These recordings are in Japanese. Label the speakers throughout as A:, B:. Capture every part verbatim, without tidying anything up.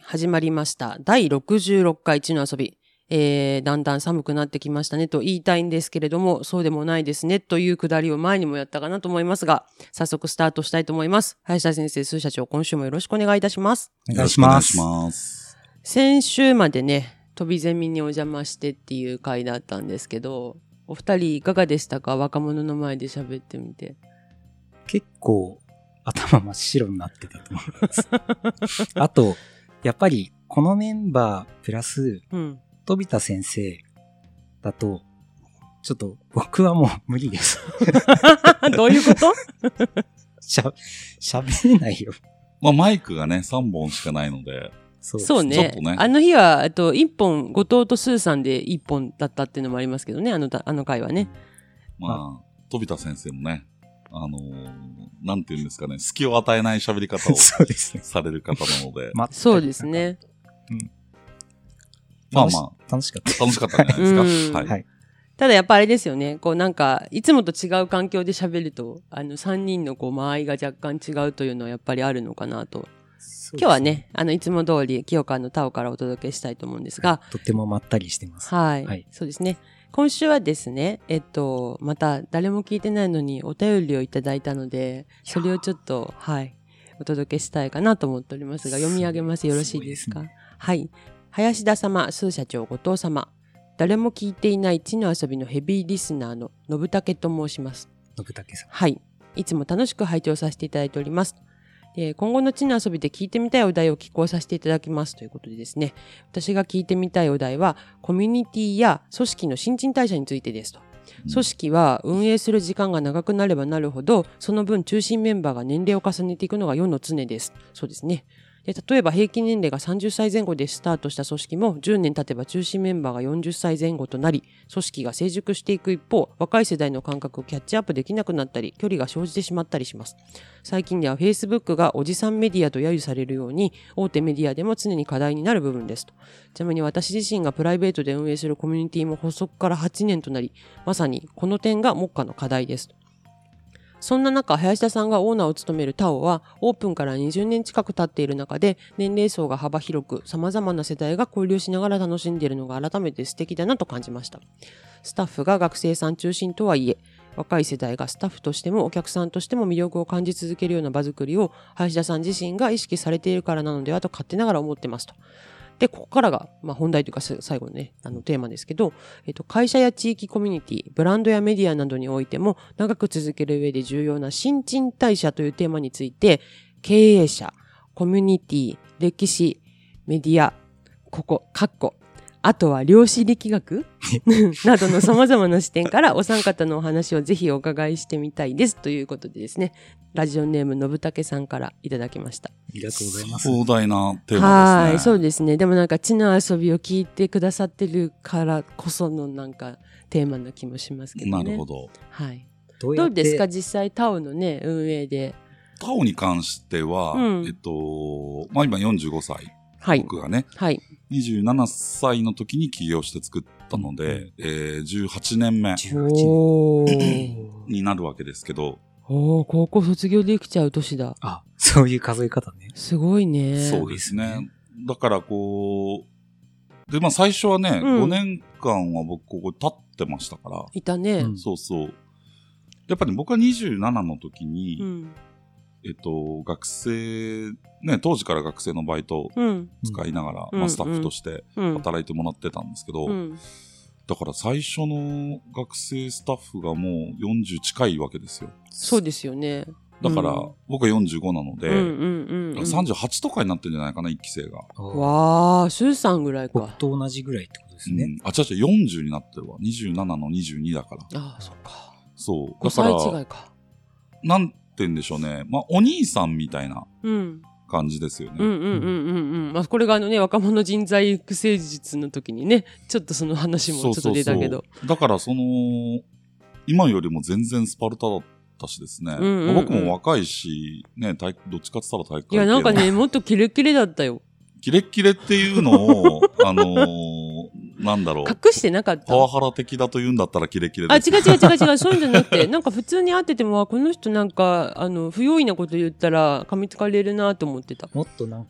A: 始まりましただいろくじゅうろっかい地の遊び、えー、だんだん寒くなってきましたねと言いたいんですけれども、そうでもないですねというくだりを前にもやったかなと思いますが、早速スタートしたいと思います。林田先生、スー社長、今週もよろしくお願いいたします。
B: お願いします。よろしくお願いします。
A: 先週までね、飛びゼミにお邪魔してっていう回だったんですけど、お二人いかがでしたか？若者の前で喋ってみて。
B: 結構頭真っ白になってたと思います。あと、やっぱりこのメンバープラス、うん、飛田先生だと、ちょっと僕はもう無理です。
A: どういうこと
B: しゃ、喋れないよ。
C: まあマイクがね、さんぼんしかないので。
A: そうそうね。ちょっとね。あの日は、あといっぽん、後藤とスーさんでいっぽんだったっていうのもありますけどね、あの、あの回はね。
C: まあ、飛田先生もね、あのー、なんていうんですかね、隙を与えない喋り方をされる方なので。
A: そうですね。うん、
C: まあまあ。
B: 楽しかった。
C: 楽しかったんじゃないですか。はい。はい、
A: ただやっぱあれですよね。こうなんか、いつもと違う環境で喋ると、あの、さんにんのこう、間合いが若干違うというのはやっぱりあるのかなと。今日はね、あの、いつも通り、清川のタオからお届けしたいと思うんですが。はい、
B: とってもまったりしてます。
A: はい。はい。そうですね。今週はですね、えっと、また誰も聞いてないのにお便りをいただいたので、それをちょっと、はい、お届けしたいかなと思っておりますが、読み上げます。よろしいですか？す、ね、はい。林田様、スー社長、後藤様。誰も聞いていない地の遊びのヘビーリスナーの信武と申します。
B: 信武さん。
A: はい。いつも楽しく拝聴させていただいております。で、今後の地の遊びで聞いてみたいお題を寄稿させていただきますということでですね、私が聞いてみたいお題は、コミュニティや組織の新陳代謝についてですと。組織は運営する時間が長くなればなるほど、その分中心メンバーが年齢を重ねていくのが世の常です。そうですね。で、例えば平均年齢がさんじゅっさいぜん後でスタートした組織もじゅうねん経てば中心メンバーがよんじゅっさいぜん後となり、組織が成熟していく一方、若い世代の感覚をキャッチアップできなくなったり、距離が生じてしまったりします。最近では Facebook がおじさんメディアと揶揄されるように、大手メディアでも常に課題になる部分ですと。ちなみに私自身がプライベートで運営するコミュニティも発足からはちねんとなり、まさにこの点が目下の課題ですと。そんな中、林田さんがオーナーを務めるタオは、オープンからにじゅうねん近く経っている中で、年齢層が幅広く、様々な世代が交流しながら楽しんでいるのが改めて素敵だなと感じました。スタッフが学生さん中心とはいえ、若い世代がスタッフとしてもお客さんとしても魅力を感じ続けるような場作りを、林田さん自身が意識されているからなのではと勝手ながら思ってますと。で、ここからが、まあ、本題というか最後のね、あのテーマですけど、えっと、会社や地域コミュニティ、ブランドやメディアなどにおいても長く続ける上で重要な新陳代謝というテーマについて、経営者、コミュニティ、歴史、メディア、ここ、カッコ、あとは量子力学などの様々な視点からお三方のお話をぜひお伺いしてみたいですということでですね、ラジオネーム信武さんからいただきました。
B: ありがとうございます。
C: 壮大なテーマですね。
A: はい、そうですね。でもなんか地の遊びを聞いてくださってるからこそのなんかテーマな気もしますけどね。
C: なるほど。
A: はい。どう, どうですか実際タオのね運営で。
C: タオに関しては、うん、えっとまあ今よんじゅうごさい。はい、僕がね、はい、にじゅうななさいの時に起業して作ったので、えー、じゅうはちねんめになるわけですけど、
A: おー、高校卒業できちゃう年だ。
B: あ、そういう数え方ね。
A: すごいね。
C: そうですね。だからこう、で、まあ最初はね、うん、ごねんかんは僕ここ立ってましたから。
A: いたね。
C: うん、そうそう。やっぱり、ね、僕はにじゅうななの時に、うんえっと、学生、ね、当時から学生のバイトを使いながら、うんまあ、スタッフとして働いてもらってたんですけど、うん、だから最初の学生スタッフがもうよんじゅう近いわけですよ。
A: そうですよね。
C: だから、うん、僕はよんじゅうごなので、うんうんうんうん、さんじゅうはちとかになってるんじゃないかな、いっき生が。
A: わー、スーさんぐらいか。
B: 僕と同じぐらいってことですね。うん、
C: あ、違う違う、よんじゅうになってるわ。にじゅうななのにじゅうにだから。
A: ああ、そっか。
C: そう。だ
A: から、ごさい違いか。
C: なんってんでしょうね。まあ、お兄さんみたいな感じですよね。
A: うんうんうんうんうん。まあ、これがあのね、若者人材育成術の時にね、ちょっとその話もちょっと出たけど。
C: そうそうそうだからその、今よりも全然スパルタだったしですね。うんうんうん、僕も若いし、ね、どっちかって言ったら体育会系。
A: いや、なんかね、もっとキレッキレだったよ。
C: キレッキレっていうのを、あのー、なんだろう。
A: 隠してなかった。
C: パワハラ的だと言うんだったらキレッキレ
A: です。あ、違う違う違う違う、そういうんじゃなくて、なんか普通に会ってても、この人なんか、あの、不用意なこと言ったら噛みつかれるなと思ってた。
B: もっとなんか、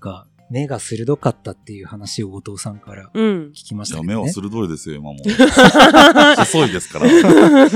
B: 目が鋭かったっていう話を後藤さんから聞きましたけどね。
C: うん、いや、目は鋭いですよ、今も。遅いですから。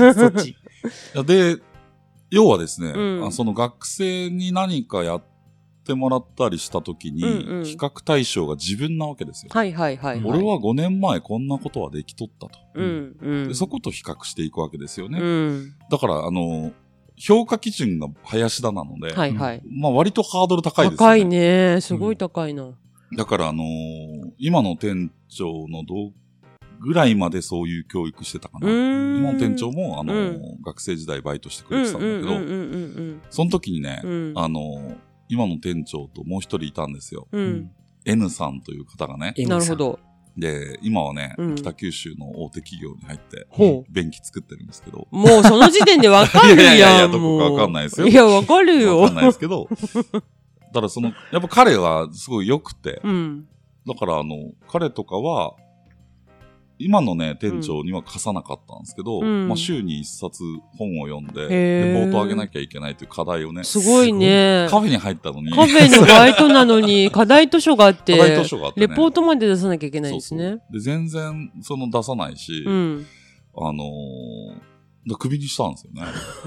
B: そっち。
C: で、要はですね、
A: うん、
C: その学生に何かやってもらったりしたときに、うんうん、比較対象が自分なわけですよ。
A: はいはいはい、はい。
C: 俺はごねんまえこんなことはできとったと。
A: うんうん、
C: でそこと比較していくわけですよね。
A: うん、
C: だから、あの、評価基準が林田なので、
A: はいはい、
C: まあ割とハードル高いですよね。
A: 高いね。すごい高いな。うん、
C: だからあのー、今の店長のどぐらいまでそういう教育してたかな。今の店長もあのーうん、学生時代バイトしてくれてたんだけど、その時にね、うん、あのー、今の店長ともう一人いたんですよ。うん、N さんという方がね。
A: なるほど。
C: で、今はね、うん、北九州の大手企業に入って、便器作ってるんですけど。
A: もうその時点でわかるやん。いやいやいや、
C: どこかわかんないですよ。
A: いや、わかるよ。
C: わかんないですけど。だからその、やっぱ彼はすごい良くて、うん、だからあの、彼とかは、今のね、店長には貸さなかったんですけど、うん、まあ週に一冊本を読んで、レポートを上げなきゃいけないという課題をね。
A: すごいね。
C: カフェに入ったのに。
A: カフェのバイトなのに、課題図書があって、
C: 課題図書があって、ね、
A: レポートまで出さなきゃいけないんですね。そう
C: そうで、全然、その出さないし、
A: うん、
C: あのー、クビにしたんですよね。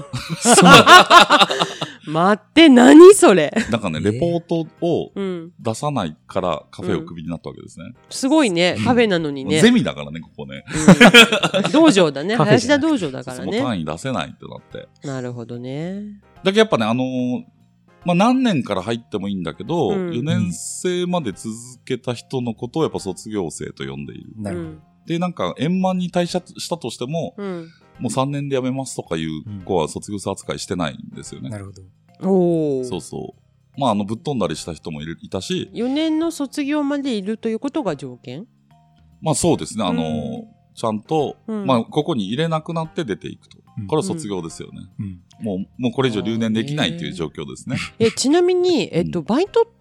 A: 待って、何それ。
C: なんかね、レポートを出さないからカフェをクビになったわけですね。うん、
A: すごいね、カフェなのにね。
C: ゼミだからね、ここね。
A: うん、道場だね。林田道場だからね。
C: その単位出せないってなって。
A: なるほどね。
C: だけどやっぱね、あのー、まあ、何年から入ってもいいんだけど、うん、よねん生まで続けた人のことをやっぱ卒業生と呼んでいる。
B: なるほど。
C: で、なんか円満に退社したとしても、うん、もうさんねんで辞めますとかいう子は卒業生扱いしてないんですよね。
B: なるほど。
A: おー。
C: そうそう。まあ、あの、ぶっ飛んだりした人もいるいたし。
A: よねんの卒業までいるということが条件？
C: まあそうですね。あの、うん、ちゃんと、うん、まあ、ここに入れなくなって出ていくと。うん、これは卒業ですよね。うん、もう、もうこれ以上留年できないっていう状況ですね。
A: え、ちなみに、えっと、バイトって、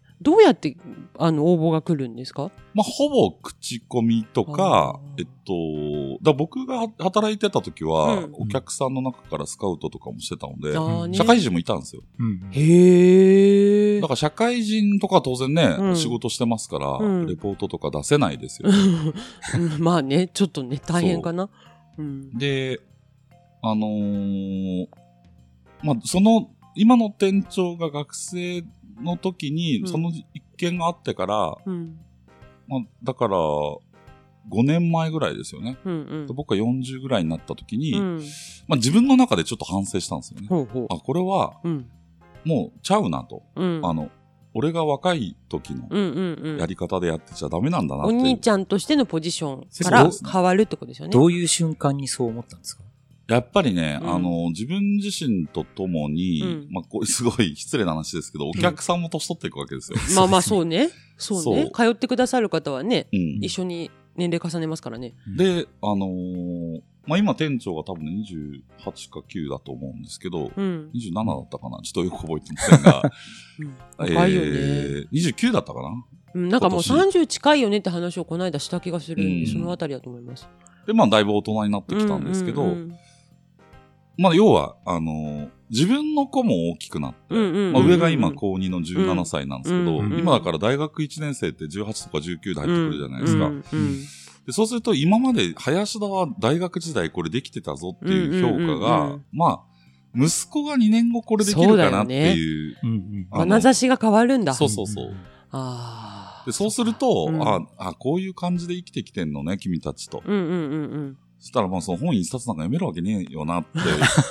A: どうやって、あの、応募が来るんですか？
C: まあ、ほぼ口コミとか、えっと、だ僕が働いてた時は、うん、お客さんの中からスカウトとかもしてたので、うん、社会人もいたんですよ。
A: うん、へー。
C: だから社会人とかは当然ね、うん、仕事してますから、うん、レポートとか出せないですよ。
A: まあね、ちょっとね、大変かな。
C: うん、で、あのー、まあ、その、今の店長が学生の時に、その一件があってから、うん、まあ、だから、ごねんまえぐらいですよね。うんうん、僕がよんじゅうぐらいになった時に、うん、まあ、自分の中でちょっと反省したんですよね。
A: ほうほう、
C: あ、これは、うん、もうちゃうなと。うん、あの、俺が若い時のやり方でやってちゃダメなんだなって。
A: お兄ちゃんとしてのポジションから変わるってことですよね。
B: どういう瞬間にそう思ったんですか？
C: やっぱりね、うん、あの、自分自身とともに、うん、まあ、こう、すごい失礼な話ですけど、お客さんも年取っていくわけですよ。
A: うん、まあまあ、そうね。そうね。通ってくださる方はね、うん、一緒に年齢重ねますからね。
C: で、あのー、まあ、今店長が多分ね、にじゅうはちかきゅうだと思うんですけど、うん、にじゅうななだったかな、ちょっとよく覚えてませんが、
A: うん、若いよね、え
C: ー。にじゅうきゅうだったかな。
A: うん、なんかもうさんじゅう近いよねって話をこの間した気がするんで、うん、そのあたりだと思います。
C: で、まあ、だいぶ大人になってきたんですけど、うんうんうん、まあ、要は、あのー、自分の子も大きくなって、うんうんうんうん、まあ、上が今高にのじゅうななさいなんですけど、うんうんうん、今だから大学いちねん生ってじゅうはちとかじゅうきゅうで入ってくるじゃないですか。うんうんうん、でそうすると今まで林田は大学時代これできてたぞっていう評価が、うんうんうんうん、まあ、息子がにねんごこれできるかなっていう。
A: そうだよね。うんうん、眼差しが変わるんだ。
C: そうそうそう。
A: あ
C: でそうすると、うん、ああ、こういう感じで生きてきてんのね、君たちと。
A: うんうんうんうん。
C: そしたらまあその本一冊なんか読めるわけねえよなって。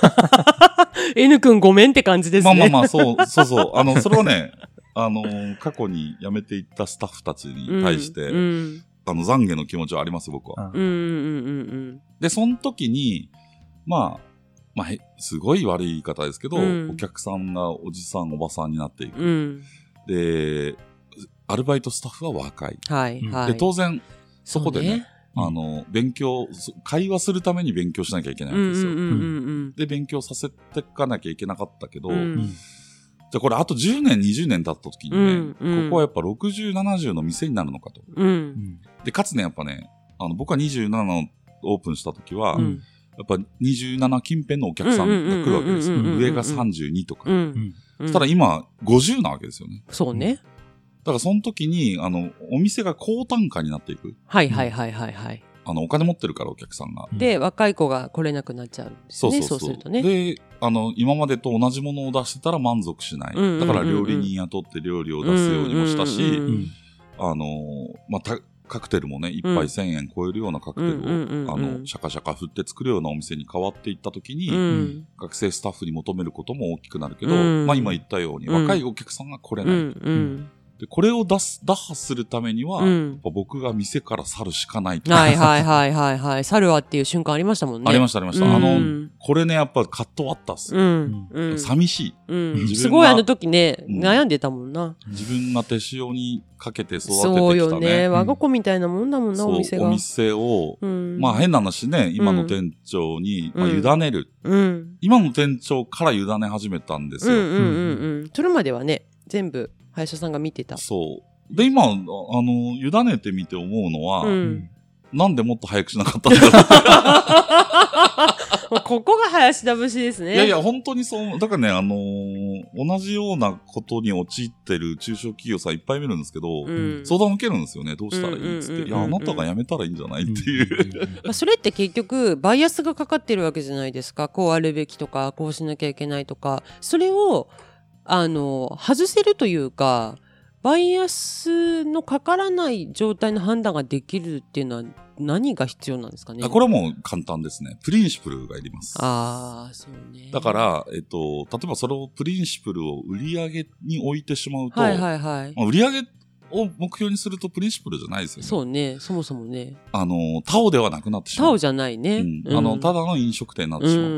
A: N 君ごめんって感じですね。
C: まあまあまあ、そう、そうそう。あの、それはね、あの、過去に辞めていったスタッフたちに対して、うんうん、あの、懺悔の気持ちはあります、僕は。
A: うんうんうんうん、
C: で、その時に、まあ、まあ、すごい悪い言い方ですけど、うん、お客さんがおじさん、おばさんになっていく。うん、で、アルバイトスタッフは若い。
A: はいはい、
C: で、当然、そこでね、あの、勉強、会話するために勉強しなきゃいけないわけですよ。
A: うんうんうんうん、
C: で、勉強させていかなきゃいけなかったけど、うん、じゃあこれあとじゅうねん、にじゅうねん経った時にね、うんうん、ここはやっぱろくじゅう、ななじゅうの店になるのかと。
A: うん、
C: で、かつね、やっぱね、あの、僕はにじゅうななのオープンした時は、うん、やっぱにじゅうなな近辺のお客さんが来るわけですよ。上がさんじゅうにとか。うん、そしたら今、ごじゅうなわけですよね。
A: そうね。
C: からその時に、あの、お店が高単価になっていく。
A: はいはいはいはいはい。
C: あの、お金持ってるからお客さんが。
A: で、若い子が来れなくなっちゃうんですね。そうそうそう。そうするとね。
C: で、あの、今までと同じものを出してたら満足しない。うんうんうんうん、だから料理人雇って料理を出すようにもしたし、うんうんうんうん、あの、まあ、た、カクテルもね、一杯せんえん超えるようなカクテルを、うんうんうんうん、あの、シャカシャカ振って作るようなお店に変わっていった時に、うん、学生スタッフに求めることも大きくなるけど、うん、まあ今言ったように、うん、若いお客さんが来れない。うんうんで、これを出す、打破するためには、うん、やっぱ僕が店から去るしかないと。
A: はいはいはいはいはい。去るわっていう瞬間ありましたもんね。
C: ありましたありました。うん、あの、これね、やっぱ葛藤あったっす。うんうん、寂しい、
A: うん。すごいあの時ね、うん、悩んでたもんな。
C: 自分が手塩にかけて育ててきたね。
A: そうよね。我が子みたいなもんだもんな、お店が。
C: お店を、うん、まあ変な話ね、今の店長に、まあ、委ねる、うん。今の店長から委ね始めたんですよ。うんうんうん
A: うん。それまではね、全部、林田さんが見てた。
C: そう。で、今、あの、委ねてみて思うのは、うん、なんでもっと早くしなかったんだろう。
A: ここが林田節ですね。
C: いやいや、本当にそう、だからね、あのー、同じようなことに陥ってる中小企業さんいっぱい見るんですけど、うん、相談受けるんですよね。どうしたらいいっつって。いや、あなたが辞めたらいいんじゃないっていう。
A: まあそれって結局、バイアスがかかってるわけじゃないですか。こうあるべきとか、こうしなきゃいけないとか。それを、あの、外せるというか、バイアスのかからない状態の判断ができるっていうのは何が必要なんですかね。
C: これはもう簡単ですね。プリンシプルがいります。
A: ああ、そうね。
C: だから、えっと、例えばそれをプリンシプルを売り上げに置いてしまうと、
A: はいはいはい。
C: まあ、売り上げを目標にするとプリンシプルじゃないですよね。
A: そうね。そもそもね。
C: あの、タオではなくなってしまう。
A: タオじゃないね。
C: うん。あの、ただの飲食店になってしまう。うん、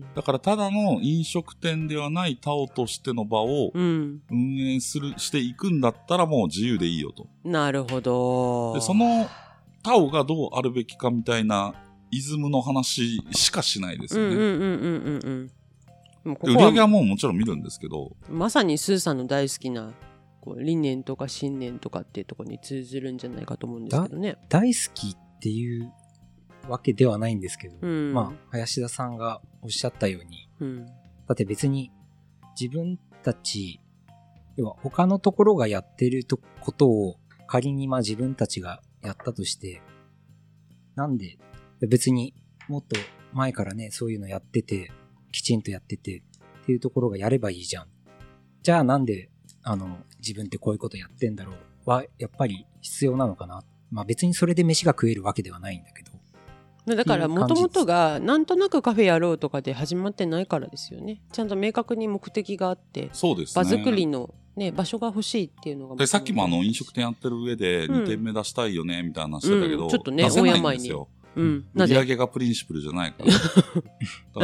C: だから、ただの飲食店ではないタオとしての場を運営する、していくんだったらもう自由でいいよと。
A: なるほど。
C: で、そのタオがどうあるべきかみたいなイズムの話しかしないですよね。うんうんうんうんうん。ここは売り上げはもうもちろん見るんですけど。
A: まさにスーさんの大好きなこう理念とか信念とかっていうところに通ずるんじゃないかと思うんですけどね。
B: 大好きっていうわけではないんですけど、うん、まあ林田さんがおっしゃったように、うん、だって別に自分たち要は他のところがやってることを仮にまあ自分たちがやったとして、なんで別にもっと前からねそういうのやっててきちんとやっててっていうところがやればいいじゃん。じゃあなんであの、自分ってこういうことやってんだろうは、やっぱり必要なのかな。まあ別にそれで飯が食えるわけではないんだけど。
A: だからもともとがなんとなくカフェやろうとかで始まってないからですよね。ちゃんと明確に目的があって、
C: そうですね。
A: 場作りのね、場所が欲しいっていうのが。
C: で、さっきもあの飲食店やってる上でにてんめ出したいよね、みたいな話してたけど、うん、
A: ちょっとね、大山に。
C: うん。売り上げがプリンシプルじゃないから。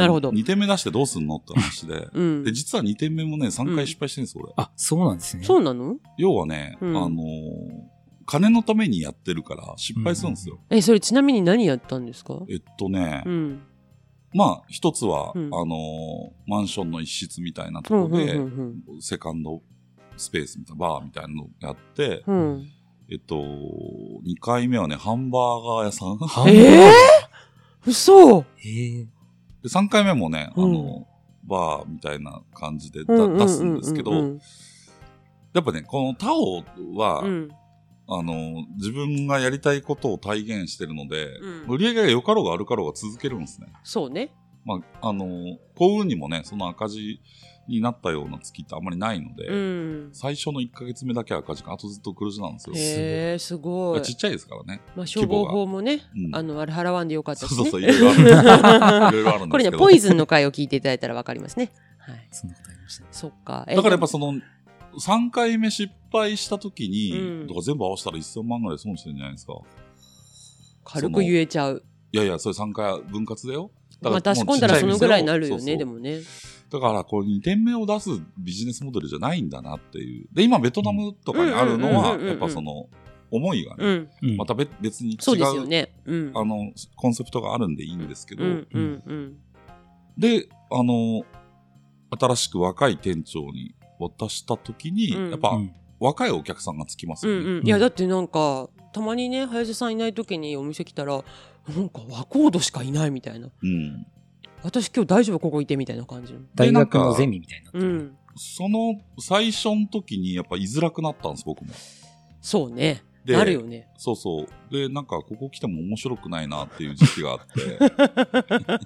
A: なるほど。
C: にてんめ出してどうすんのって話で。うん、で、実はにてんめもね、さんかい失敗してるんですよ、俺。
B: あ、そうなんですね。
A: そうなの？
C: 要はね、うん、あのー、金のためにやってるから失敗するんですよ。
A: うん、え、それちなみに何やったんですか？
C: えっとね、うん、まあ、一つは、うん、あのー、マンションの一室みたいなところで、うんうんうんうん、セカンドスペースみたいな、バーみたいなのやって、うんえっと、にかいめはね、ハンバーガー屋さん
A: えぇ、ー、嘘
B: えー、
C: で、さんかいめもね、うん、あの、バーみたいな感じでだ、うんうんうんうん、出すんですけど、やっぱね、このタオは、うん、あの、自分がやりたいことを体現してるので、うん、売り上げが良かろうが悪かろうが続けるんですね。
A: そうね。
C: まあ、あの、幸運にもね、その赤字になったような月ってあんまりないので、うん、最初のいっかげつめだけ赤字か、あとずっと黒字なんですよ。
A: へー、すごい。
C: ちっちゃいですからね。
A: まあ、消防法もね、うん、あの、あれ払わんでよかったですね。
C: そうそうそう、いろいろあるんですいろいろあるんですけど。
A: これね、ポイズンの回を聞いていただいたらわかりますね。はい。
B: そんなことありましたね。
A: そっか。
C: だからやっぱその、さんかいめ失敗した時に、うん、とか全部合わせたらせんまんぐらい損してるんじゃないですか。
A: 軽く言えちゃう。
C: いやいや、それさんかい分割だよ。
A: だからまあ、足し込んだらそのぐらいになるよね、そうそうでもね。
C: だから、これにてんめを出すビジネスモデルじゃないんだなっていう。で、今、ベトナムとかにあるのは、やっぱその、思いがね、うん、また別に違う、
A: そうですよね、うん、
C: あの、コンセプトがあるんでいいんですけど、うんうんうん、で、あの、新しく若い店長に渡した時に、うん、やっぱ、うん、若いお客さんがつきますよね。
A: うんうん、いや、だってなんか、たまにね、林さんいない時にお店来たら、なんか和コードしかいないみたいな。うん、私今日大丈夫ここいてみたいな感じの。
B: 大学のゼミみたいな、
C: うん。 その最初の時にやっぱ居づらくなったんです、僕も。
A: そうね。なるよね。
C: そうそう。で、なんかここ来ても面白くないなっていう時期があって。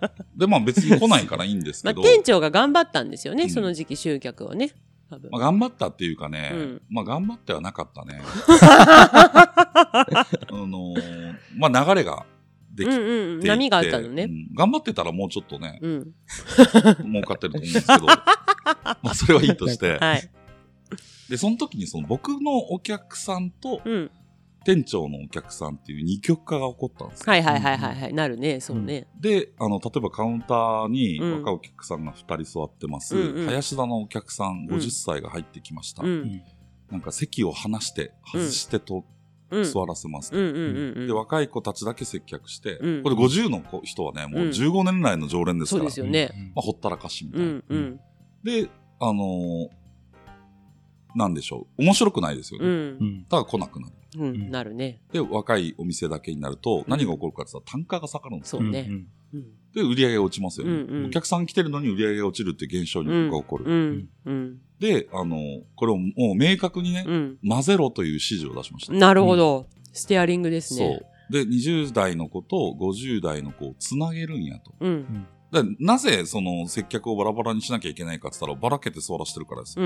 C: で、まあ別に来ないからいいんですけど。
A: まあ店長が頑張ったんですよね、うん、その時期集客をね。多分
C: まあ頑張ったっていうかね、うん、まあ頑張ってはなかったね。あのー、まあ流れができていて、うんうん、
A: 波があったのね、うん。
C: 頑張ってたらもうちょっとね、うん、儲かってると思うんですけど、まあそれはいいとして。はい、で、その時にその僕のお客さんと、うん店長のお客さんっていう二極化が起こったんですよ。
A: はいはいはいはい、はい、なるね、そうね。
C: で、あの、例えばカウンターに若いお客さんが二人座ってます。うんうん、林田のお客さんごじゅっさいが入ってきました。うん、なんか席を離して、外してと、うん、座らせますと、うんうんうん。で、若い子たちだけ接客して、うん、これごじゅうの人はね、もうじゅうごねん来の常連ですから。
A: そうですよね。
C: まあ、ほったらかしみたいな。うんうん、で、あのー、なんでしょう。面白くないですよね。うん、ただ来なくなる。
A: うん、なるね。
C: で、若いお店だけになると、何が起こるかって言ったら単価が下がるんですよ。
A: そうね。
C: うん、で、売り上げが落ちますよね、うんうん。お客さん来てるのに売り上げが落ちるっていう現象が起こる。うんうん、で、あの、これをもう明確にね、うん、混ぜろという指示を出しました。
A: なるほど。うん、ステアリングですね。
C: そう。で、にじゅう代の子とごじゅう代の子をつなげるんやと。うんでなぜその接客をバラバラにしなきゃいけないかって言ったらばらけて座らせてるからですよ。うん。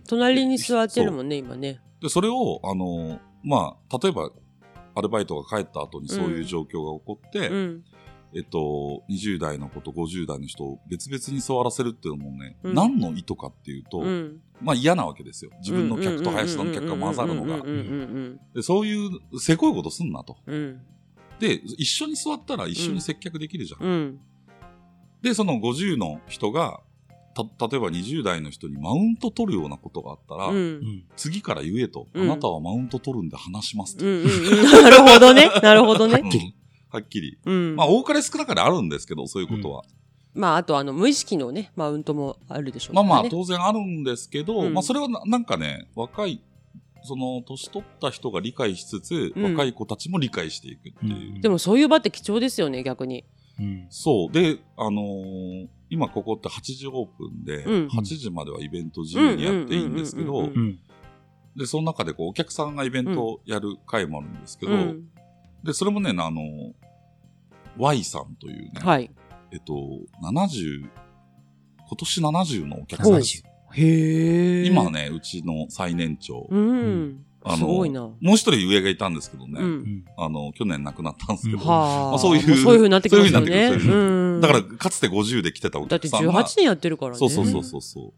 A: 隣に座ってるもんね、今ね。
C: で、それを、あの、まあ、例えば、アルバイトが帰った後にそういう状況が起こって、うん、えっと、にじゅう代の子とごじゅう代の人を別々に座らせるっていうのもね、うん、何の意図かっていうと、うん、まあ嫌なわけですよ。自分の客と林田の客が混ざるのが。で、そういうせこいことすんなと。うん、で、一緒に座ったら一緒に接客できるじゃん。うんうんで、そのごじゅうの人が、た、例えばにじゅう代の人にマウント取るようなことがあったら、うん、次から言えと、うん、あなたはマウント取るんで話しますと。うんうん
A: うん、なるほどね。なるほどね。
C: はっきり。はっきり。うん、まあ、多かれ少なかれあるんですけど、そういうことは。
A: うん、まあ、あと、あの、無意識のね、マウントもあるでしょうね。
C: まあまあ、当然あるんですけど、うん、まあ、それはな、なんかね、若い、その、年取った人が理解しつつ、うん、若い子たちも理解していくっていう、うん。
A: でも、そういう場って貴重ですよね、逆に。
C: うん、そう。で、あのー、今ここってはちじオープンで、うん、はちじまではイベント自由にやっていいんですけど、で、その中でこうお客さんがイベントをやる回もあるんですけど、うん、で、それもね、あの、Y さんというね、はい、えっと、ななじゅう、今年ななじゅうのお客さんです。
A: へー。
C: 今ね、うちの最年長。
A: うんあのすごいな。
C: もう一人上がいたんですけどね。うん、あの、去年亡くなったんですけど。うん、まあ、そういう。
A: そういう風になってきますよね。
C: そういう風になってくる。うん、だから、かつてごじゅうで来てたお客さんが。
A: だってじゅうはちねんやってるからね。
C: そうそうそうそう。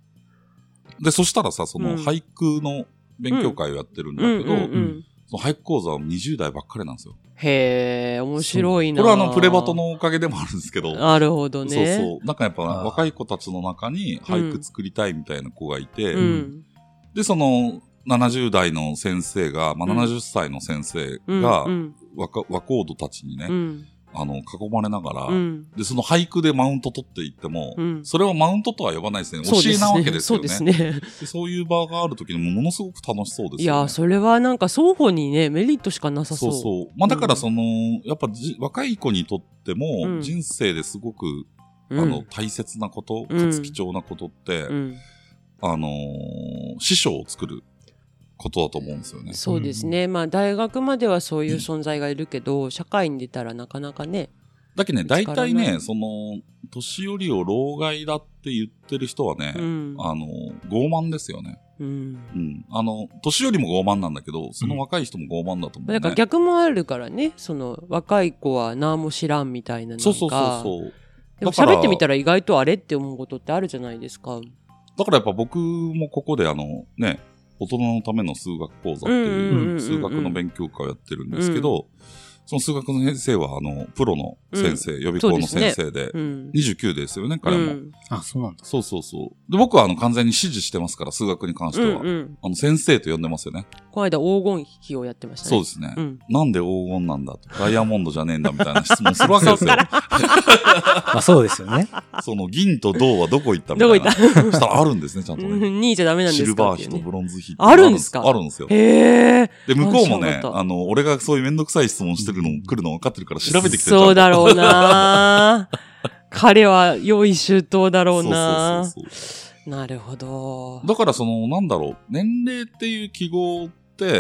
C: で、そしたらさ、その、俳句の勉強会をやってるんだけど、その俳句講座はにじゅう代ばっかりなんですよ。
A: へー、面白いな。
C: これはあの、プレバトのおかげでもあるんですけど。
A: なるほどね。
C: そうそう。なんかやっぱ、若い子たちの中に俳句作りたいみたいな子がいて、うん、で、その、ななじゅう代の先生が、まあ、ななじゅっさいの先生が、うん、若、若人たちにね、うん、あの、囲まれながら、うん、で、その俳句でマウント取っていっても、うん、それはマウントとは呼ばないですね。教えなわけですよね。
A: そうですね。
C: でそういう場があるときにもものすごく楽しそうですよね。
A: いや、それはなんか双方にね、メリットしかなさそう。
C: そうそう。まあ、だからその、うん、やっぱじ若い子にとっても、人生ですごく、うん、あの、大切なこと、かつ貴重なことって、うん、あのー、師匠を作る。ことだと思うんですよね。
A: そうですね。まあ大学まではそういう存在がいるけど、うん、社会に出たらなかなかね。
C: だけどね、大体ね、その、年寄りを老害だって言ってる人はね、うん、あの、傲慢ですよね。うん。うん。あの、年寄りも傲慢なんだけど、その若い人も傲慢だと思う、ね。
A: だから逆もあるからね、その、若い子は何も知らんみたいなのが。
C: そうそうそうそう。
A: でも喋ってみたら意外とあれって思うことってあるじゃないですか。
C: だからやっぱ僕もここであの、ね、大人のための数学講座っていう数学の勉強会をやってるんですけど、その数学の先生はあのプロの先生、予備校の先生でにじゅうきゅうですよね、彼も。
B: あ、そうなんだ。
C: そうそうそう。で僕はあの完全に指示してますから、数学に関しては、あの先生と呼んでますよね。
A: この間黄金比をやってましたね。
C: そうですね。なんで黄金なんだと、ダイヤモンドじゃねえんだみたいな質問するわけですよ。
B: まあそうですよね。
C: その銀と銅はどこ行ったみたいな。どこ行ったしたらあるんですね、ちゃんとね。
A: にいじゃダメなんですか、
C: シルバー比とブロンズ比。
A: あるんですか？
C: あるんですよ。
A: へー。
C: で、向こうもね、あの、俺がそういうめんどくさい質問してるの、来るの分かってるから調べてきてる。
A: そうだろうな彼は良い周到だろうなそうそうそうそう。 なるほど。
C: だからその、なんだろう、年齢っていう記号って、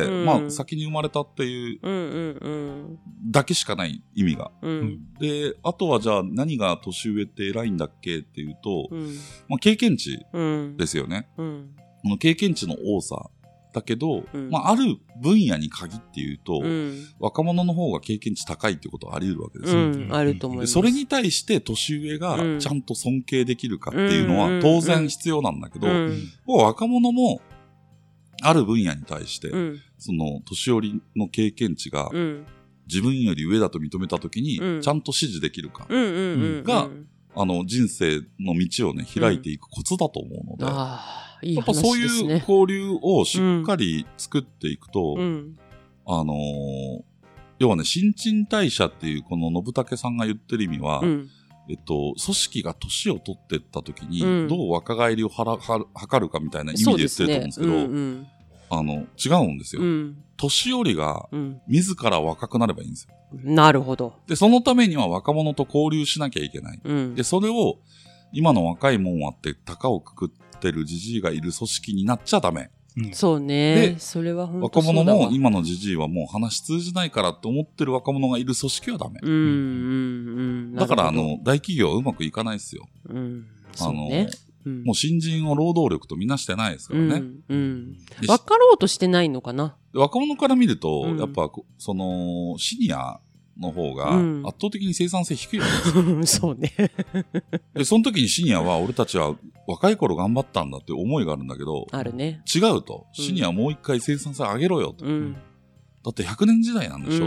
A: うん、
C: まあ、先に生まれたっていう、だけしかない意味が、
A: うん。
C: で、あとはじゃあ何が年上って偉いんだっけっていうと、
A: うん、
C: まあ、経験値ですよね。
A: うん、
C: この経験値の多さ。だけど、
A: うん、
C: まあ、ある分野に限って言うと、
A: うん、
C: 若者の方が経験値高いってことはあり得るわけですよ、
A: うん、あると思います。
C: でそれに対して年上がちゃんと尊敬できるかっていうのは当然必要なんだけど、
A: うん、
C: もう若者もある分野に対して、
A: うん、
C: その年寄りの経験値が自分より上だと認めたときに、ちゃんと支持できるかが、あの人生の道をね、開いていくコツだと思うので、
A: うん、あいい
C: やっぱそういう交流をしっかり作っていくと、
A: うん、
C: あのー、要はね、新陳代謝っていうこの信武さんが言ってる意味は、うん、えっと、組織が年を取っていった時に、うん、どう若返りをはらは図るかみたいな意味で言ってると思うんですけど、
A: ねうんうん、
C: あの、違うんですよ。うん、年寄りが自ら若くなればいいんですよ。
A: なるほど。
C: で、そのためには若者と交流しなきゃいけない。
A: うん、
C: で、それを今の若いもんはって高をくくってるじじいがいる組織になっちゃダメ。
A: うん、そうね。で、それは本当そうだわ。
C: 若者も今のじじいはもう話通じないからって思ってる若者がいる組織はダメ。
A: うんうんうん、
C: だからあの大企業はうまくいかないですよ。
A: うん、
C: あの、
A: ね
C: うん、もう新人を労働力とみなしてないですからね。
A: うんうん、分かろうとしてないのかな。
C: 若者から見ると、うん、やっぱそのシニアの方が圧倒的に生産性低いわけですよ、
A: うん、そうね。
C: で、その時にシニアは俺たちは若い頃頑張ったんだって思いがあるんだけど、
A: あるね。
C: 違うと。シニアはもう一回生産性上げろよと。うん、だってひゃくねん時代なんでしょって。うん、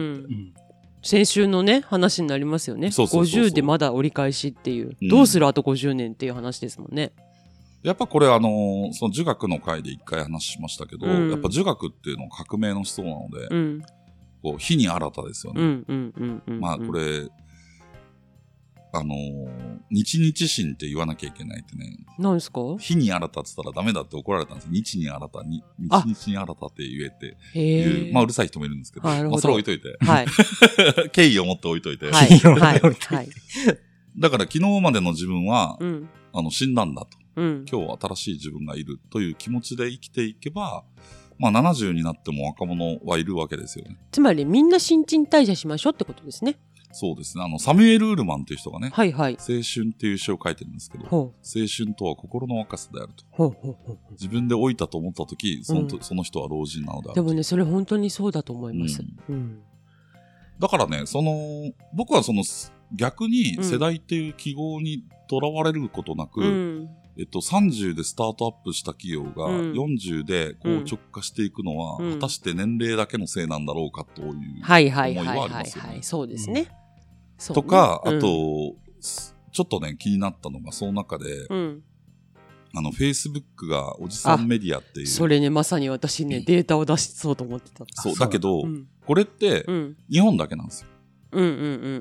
A: 先週のね、話になりますよね。
C: そうそうそうそう
A: ごじゅうでまだ折り返しっていう、うん。どうするあとごじゅうねんっていう話ですもんね。
C: やっぱこれあのー、その儒学の回で一回話しましたけど、うん、やっぱ儒学っていうのは革命の思想なので、うんこう、火に新たですよね。
A: うんうんうんうんうん、
C: まあ、これ、あのー、日々心って言わなきゃいけないってね。
A: 何ですか？
C: 火に新たって言ったらダメだって怒られたんですよ。日に新たに、日々に新たって言えっていう、まあ、うるさい人もいるんですけど、まあ、それ置いといて。
A: はい。
C: 敬意を持って置いといて。
A: はい。はい。はい。
C: だから昨日までの自分は、
A: うん、
C: あの、死んだんだと、
A: うん。
C: 今日は新しい自分がいるという気持ちで生きていけば、まあななじゅうになっても若者はいるわけですよね。
A: つまりみんな新陳代謝しましょうってことですね。
C: そうですね。あの、サミュエル・ウールマンっていう人がね、
A: はいはい。
C: 青春っていう詩を書いてるんですけど、
A: 青
C: 春とは心の若さであると。
A: ほうほうほう
C: 自分で老いたと思ったとき、その、うん、その人は老人なのであると。
A: でもね、それ本当にそうだと思います。うん
C: うん、だからね、その、僕はその、逆に世代っていう記号にとらわれることなく、うんえっと、さんじゅうでスタートアップした企業がよんじゅうでこう直化していくのは、うん、果たして年齢だけのせいなんだろうかという思いはありますよね。はいはいはいはい、
A: そうですね。
C: うん、とか、あと、うん、ちょっとね、気になったのが、その中で、うん、あの、Facebook がおじさんメディアっていう。
A: それね、まさに私ね、データを出しそうと思ってた。
C: そう、だけど、これって、日本だけなんですよ。
A: うんうんうんうんうん。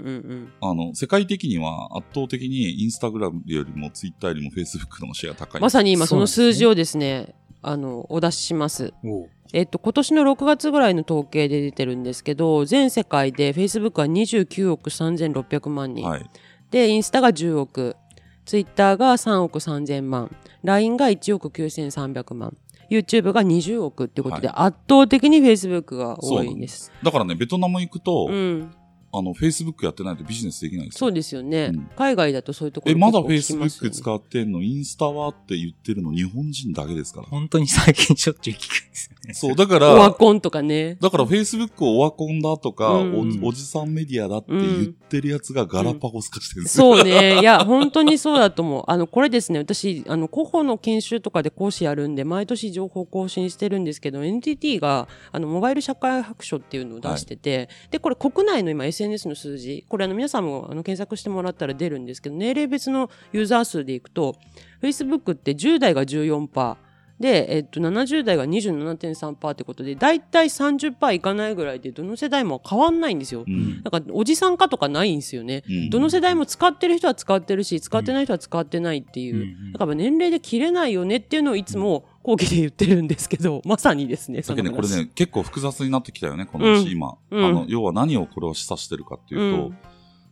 C: あの、世界的には圧倒的にインスタグラムよりもツイッターよりもフェイスブックのシェア高い。
A: まさに今その数字をですね、あの、お出しします。えっと、今年のろくがつぐらいの統計で出てるんですけど、全世界でフェイスブックはにじゅうきゅうおくさんぜんろっぴゃくまんにん。はい、で、インスタがじゅうおく。ツイッターがさんおくさんぜんまん。ライン がいちおくきゅうせんさんびゃくまん。YouTube がにじゅうおくってことで、はい、圧倒的に Facebook が多いんです。
C: だからね、ベトナム行くと、
A: うん
C: あの、Facebook やってないとビジネスできないですよ。
A: そうですよね。うん、海外だとそういうところ
C: え、まだ Facebook 使ってんのインスタはって言ってるの日本人だけですから。
B: 本当に最近しょっちゅう聞くんですよね。
C: そう、だから。
A: オワコンとかね。
C: だから Facebook をオワコンだとか、うん、お, おじさんメディアだって言ってるやつがガラパゴス化してるんですよ、
A: うんうん。そうね。いや、本当にそうだと思う。あの、これですね、私、あの、広報の研修とかで講師やるんで、毎年情報更新してるんですけど、エヌティーティー が、あの、モバイル社会白書っていうのを出してて、はい、で、これ国内の今 エスエヌエス の数字、これあの皆さんもあの検索してもらったら出るんですけど、年齢別のユーザー数でいくと Facebook ってじゅう代が じゅうよんパーセント で、えっと、ななじゅう代が にじゅうななてんさんパーセント ってことでだいたい さんじゅっパーセント いかないぐらいでどの世代も変わんないんですよ、うん、だからおじさん化とかないんですよね、うん、どの世代も使ってる人は使ってるし使ってない人は使ってないっていう、うん、だから年齢で切れないよねっていうのをいつも講義で言ってるんですけど、まさにですね、
C: その話。だけどね、これね、結構複雑になってきたよね、この話、うん、今、うん。あの、要は何をこれを示唆してるかっていうと、うん、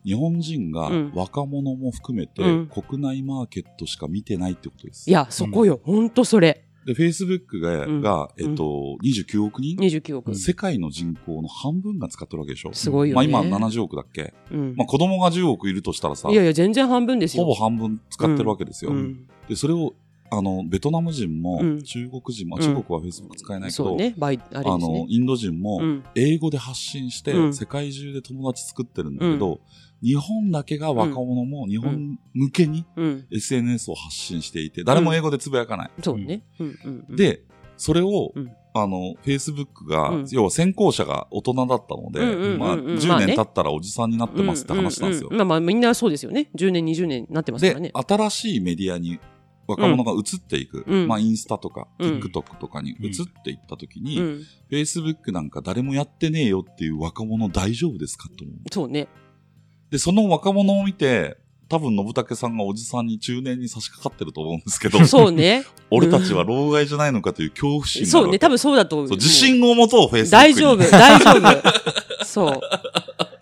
C: 日本人が若者も含めて国内マーケットしか見てないってことです。
A: いや、そこよ。ほんとそれ。
C: で、Facebook が、うん、がえっと、にじゅうきゅうおくにん ?
A: にじゅうきゅうおく。
C: 世界の人口の半分が使ってるわけでしょ。
A: すごいよね。
C: まあ今ななじゅうおくだっけ、うん、まあ子供がじゅうおくいるとしたらさ。
A: いやいや、全然半分ですよ。
C: ほぼ半分使ってるわけですよ。うん、で、それを、あの、ベトナム人も、中国人も、うん、中国は Facebook 使えないけど、
A: そうね、バイ、あれですね。
C: あの、インド人も、英語で発信して、うん、世界中で友達作ってるんだけど、うん日本だけが若者も日本向けに エスエヌエス を発信していて、誰も英語でつぶやかない。
A: うん、そうね、うんうんうん。
C: で、それを、うん、あの、Facebook が、うん、要は先行者が大人だったので、うんうんうんうん、まあ、じゅうねん経ったらおじさんになってますって話なんですよ。
A: まあ、ねうんうんうん、まあまあみんなそうですよね。じゅうねん、にじゅうねんになってますからね。
C: で、新しいメディアに若者が移っていく。うん、まあ、インスタとか、うん、TikTok とかに移っていったときに、うん、Facebook なんか誰もやってねえよっていう若者大丈夫ですかと思う。
A: そうね。
C: で、その若者を見て、多分、信武さんがおじさんに中年に差し掛かってると思うんですけど。
A: そうね。
C: 俺たちは老害じゃないのかという恐怖心が。
A: そうね、多分そうだと思う。
C: そう自信を持とう、フェイスブックに。
A: 大丈夫、大丈夫。そう。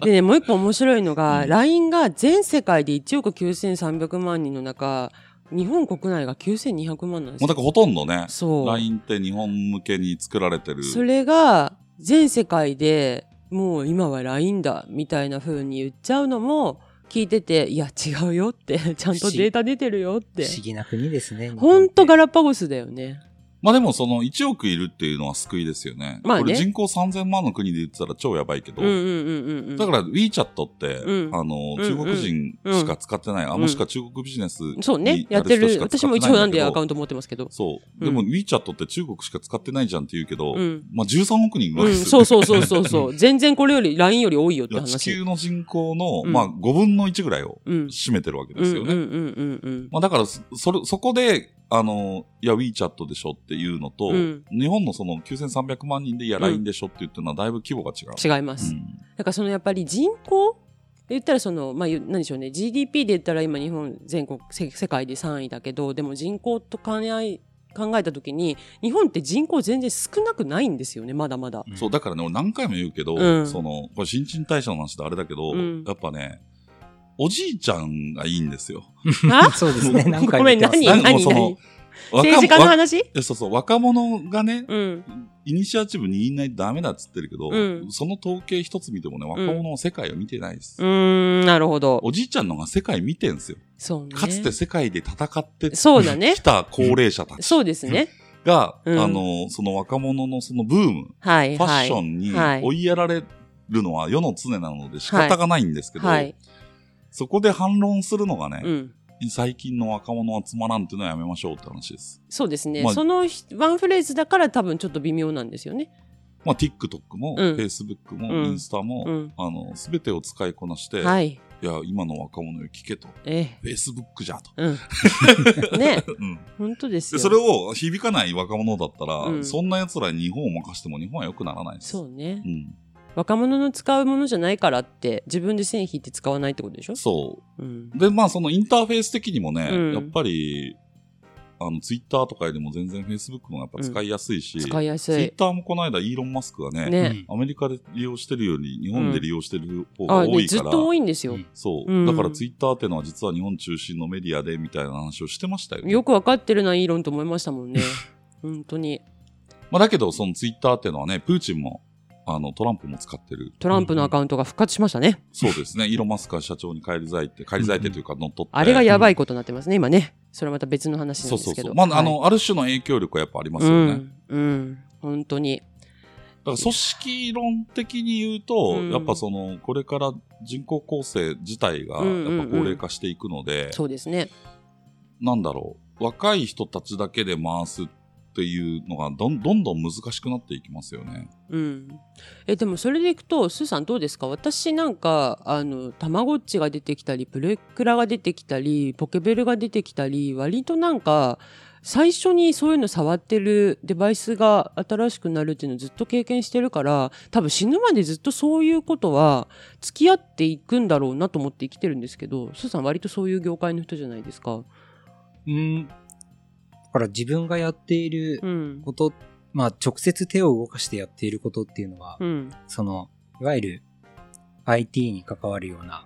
A: でね、もう一個面白いのが、うん、ライン が全世界でいちおくきゅうせんさんびゃくまんにんの中、日本国内がきゅうせんにひゃくまんなんですよ。
C: もうだからほとんどね。
A: そう。
C: ライン って日本向けに作られてる。
A: それが、全世界で、もう今は ライン だ、みたいな風に言っちゃうのも、聞いてて、いや違うよって、ちゃんとデータ出てるよって。
B: 不思議な国ですね。
A: ほんとガラパゴスだよね。
C: まあでもそのいちおくいるっていうのは救いですよね。まあね。これ人口さんぜんまんの国で言ってたら超やばいけど。うんうんうんうん、だから WeChat って、うん、あの、中国人しか使ってない、うん、あ、もしくは中国ビジネスに
A: そうね。やってる。私も一応なんでアカウント持ってますけど。
C: そう。でも WeChat って中国しか使ってないじゃんって言うけど、うん、まあじゅうさんおくにんいるわけですよ、ね。
A: うん、そうそうそうそう。全然これより ライン より多いよって話。
C: 地球の人口の、まあごぶんのいちぐらいを占めてるわけですよね。まあだからそ、それ、そこで、あの、いや、WeChat でしょっていうのと、うん、日本のそのきゅうせんさんびゃくまんにんで、いや、ライン でしょって言ってるのはだいぶ規模が違う。
A: 違います。うん、だからそのやっぱり人口言ったらその、まあ、何でしょうね、ジーディーピー で言ったら今日本全国、世界でさんいだけど、でも人口と考え、考えたときに、日本って人口全然少なくないんですよね、まだまだ。
C: そう、だからね、俺何回も言うけど、うん、その、これ新陳代謝の話であれだけど、うん、やっぱね、おじいちゃんがいいんですよ。
B: あそうですね。何回も言ってます。
A: ごめん、何何何政治家の話
C: そうそう、若者がね、うん、イニシアチブにいないとダメだっつってるけど、うん、その統計一つ見てもね、若者は世界を見てないです。
A: うん、うーん、なるほど。
C: おじいちゃんのが世界見てんすよ。
A: そうね。
C: かつて世界で戦って
A: そうだね。
C: きた高齢者たち。
A: そうですね。
C: が、うん、あの、その若者のそのブーム、はい、ファッションに追いやられるのは世の常なので仕方がないんですけど、はいはい、そこで反論するのがね、うん最近の若者はつまらんっていうのはやめましょうって話です。
A: そうですね。まあ、そのワンフレーズだから多分ちょっと微妙なんですよね。
C: まあ TikTok も、うん、Facebook も、うん、インスタも、うん、あの、すべてを使いこなして、はい。いや、今の若者よ聞けと。ええ。Facebook じゃと。うん。
A: ね。うん。本当ですよ。
C: で、それを響かない若者だったら、うん、そんな奴らに日本を任しても日本は良くならないです。
A: そうね。うん。若者の使うものじゃないからって自分で線引いて使わないってことでしょ？
C: そう、うん。で、まあそのインターフェース的にもね、うん、やっぱり、あの、ツイッターとかよりも全然 Facebook のやっぱ使いやすいし、うん、
A: 使いやすい。
C: ツイッターもこの間イーロン・マスクがね、ねアメリカで利用してるより日本で利用してる方が多いから、うんね、
A: ずっと多いんですよ。
C: そう。だからツイッターってのは実は日本中心のメディアでみたいな話をしてましたよね。
A: よくわかってるな、イーロンと思いましたもんね。本当に。
C: まあだけど、そのツイッターってのはね、プーチンも、あの、トランプも使ってる。
A: トランプのアカウントが復活しましたね。
C: そうですね。イーロン・マスクが社長に返り咲いて、返り咲いてというか乗っ取って。
A: あれがやばいことになってますね、今ね。それはまた別の話なんですけど。そうそうそう。
C: まあ、はい、あの、ある種の影響力はやっぱありますよね。
A: うん。うん、本当に。
C: だから組織論的に言うと、うん、やっぱその、これから人口構成自体が、やっぱ高齢化していくので、うんうんうん、
A: そうですね。
C: なんだろう。若い人たちだけで回すっていうのがどんどんどん難しくなっていきますよね。
A: うん。え、でもそれでいくと、スーさんどうですか？私なんか、あの、たまごっちが出てきたり、プレクラが出てきたり、ポケベルが出てきたり、割となんか、最初にそういうの触ってるデバイスが新しくなるっていうのをずっと経験してるから、多分死ぬまでずっとそういうことは付き合っていくんだろうなと思って生きてるんですけど、スーさん割とそういう業界の人じゃないですか。
B: うん。だから自分がやっていること、うん、まあ直接手を動かしてやっていることっていうのは、うん、その、いわゆる アイティー に関わるような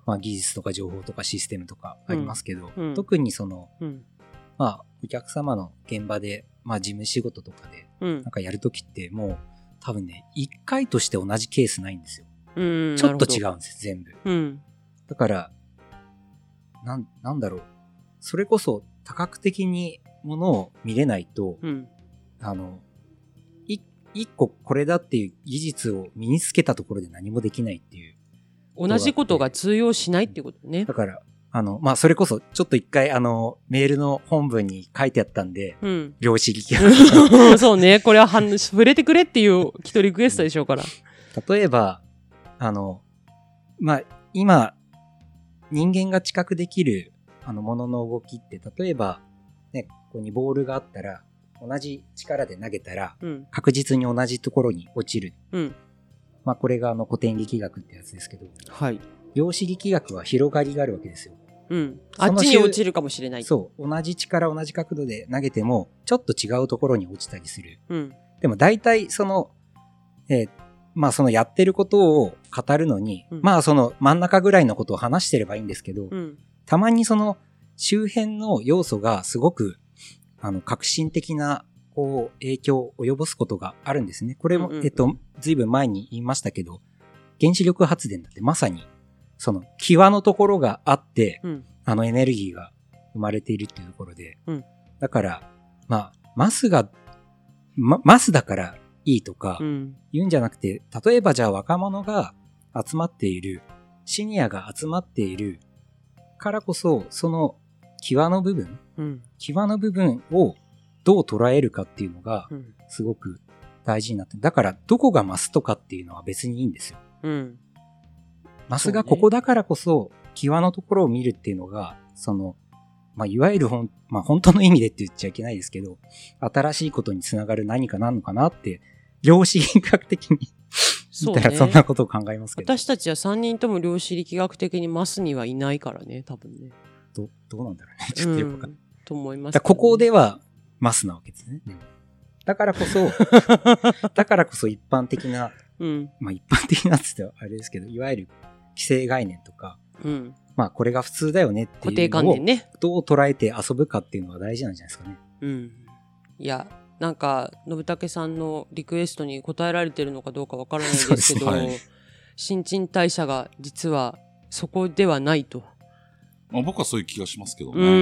B: まあ技術とか情報とかシステムとかありますけど、
A: うん、
B: 特にその、
A: うん、
B: まあお客様の現場で、まあ事務仕事とかで、なんかやるときってもう多分ね、一回として同じケースないんですよ。
A: うん、
B: ちょっと違うんです、全部。
A: うん、だ
B: から、なん、なんだろう。それこそ多角的にものを見れないと、うん、あの、い、一個これだっていう技術を身につけたところで何もできないっていう。
A: 同じことが通用しないっていうことね。
B: だから、あの、まあ、それこそ、ちょっと一回、あの、メールの本文に書いてあったんで、うん、量子力学。
A: そうね。これは反、触れてくれっていう人リクエストでしょうから。
B: 例えば、あの、まあ、今、人間が知覚できる、あの、ものの動きって、例えば、ね、ここにボールがあったら、同じ力で投げたら、うん、確実に同じところに落ちる。うん、まあ、これがあの、古典力学ってやつですけど、
A: はい。
B: 量子力学は広がりがあるわけですよ。
A: うん。あっちに落ちるかもしれない。
B: そう。同じ力、同じ角度で投げても、ちょっと違うところに落ちたりする。うん。でも大体、その、えー、まあそのやってることを語るのに、うん、まあその真ん中ぐらいのことを話してればいいんですけど、うん、たまにその周辺の要素がすごく、あの、革新的な、こう、影響を及ぼすことがあるんですね。これも、うんうん、えっと、ずいぶん前に言いましたけど、原子力発電だってまさに、その、際のところがあって、うん、あのエネルギーが生まれているっていうところで、うん、だから、まあ、マスが、ま、マスだからいいとか、言うんじゃなくて、例えばじゃあ若者が集まっている、シニアが集まっているからこそ、その際の部分、うん、際の部分をどう捉えるかっていうのが、すごく大事になって、だから、どこがマスとかっていうのは別にいいんですよ。うんマスがここだからこそ、際のところを見るっていうのが、その、まあ、いわゆるほん、まあ、本当の意味でって言っちゃいけないですけど、新しいことにつながる何かなのかなって、量子力学的に見たらそんなことを考えますけど。
A: 私たちはさんにんとも量子力学的にマスにはいないからね、多分ね。
B: ど、どうなんだろうね。ちょっとよくわかんない。
A: うん、と思います、
B: ね。ここではマスなわけですね。だからこそ、だからこそ一般的な、うん、まあ一般的なって言ってはあれですけど、いわゆる既成概念とか、うん、まあこれが普通だよねっていうのをどう捉えて遊ぶかっていうのが大事なんじゃないですかね。
A: うん。いや、なんか、信武さんのリクエストに応えられてるのかどうかわからないですけど、はい、新陳代謝が実はそこではないと。
C: まあ、僕はそういう気がしますけどね。
A: うん。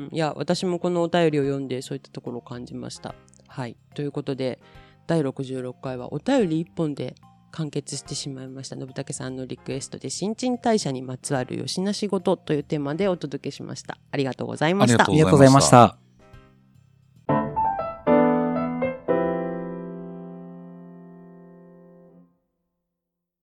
A: いや、私もこのお便りを読んでそういったところを感じました。はい。ということで、だいろくじゅうろっかいはお便り一本で完結してしまいました。信武さんのリクエストで新陳代謝にまつわるよしな仕事というテーマでお届けしました。ありがとうございました。
B: ありがとうございました。